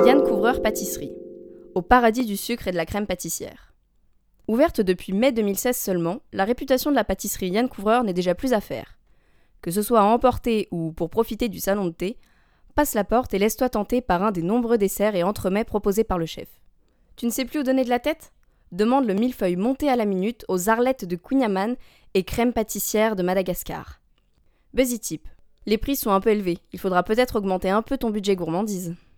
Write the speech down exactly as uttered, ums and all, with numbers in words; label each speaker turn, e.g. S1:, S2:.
S1: Yann Couvreur Pâtisserie, au paradis du sucre et de la crème pâtissière. Ouverte depuis mai deux mille seize seulement, la réputation de la pâtisserie Yann Couvreur n'est déjà plus à faire. Que ce soit à emporter ou pour profiter du salon de thé, passe la porte et laisse-toi tenter par un des nombreux desserts et entremets proposés par le chef. Tu ne sais plus où donner de la tête ? Demande le millefeuille monté à la minute aux arlettes de Queen et crème pâtissière de Madagascar. Buzzy Tip. Les prix sont un peu élevés, il faudra peut-être augmenter un peu ton budget gourmandise.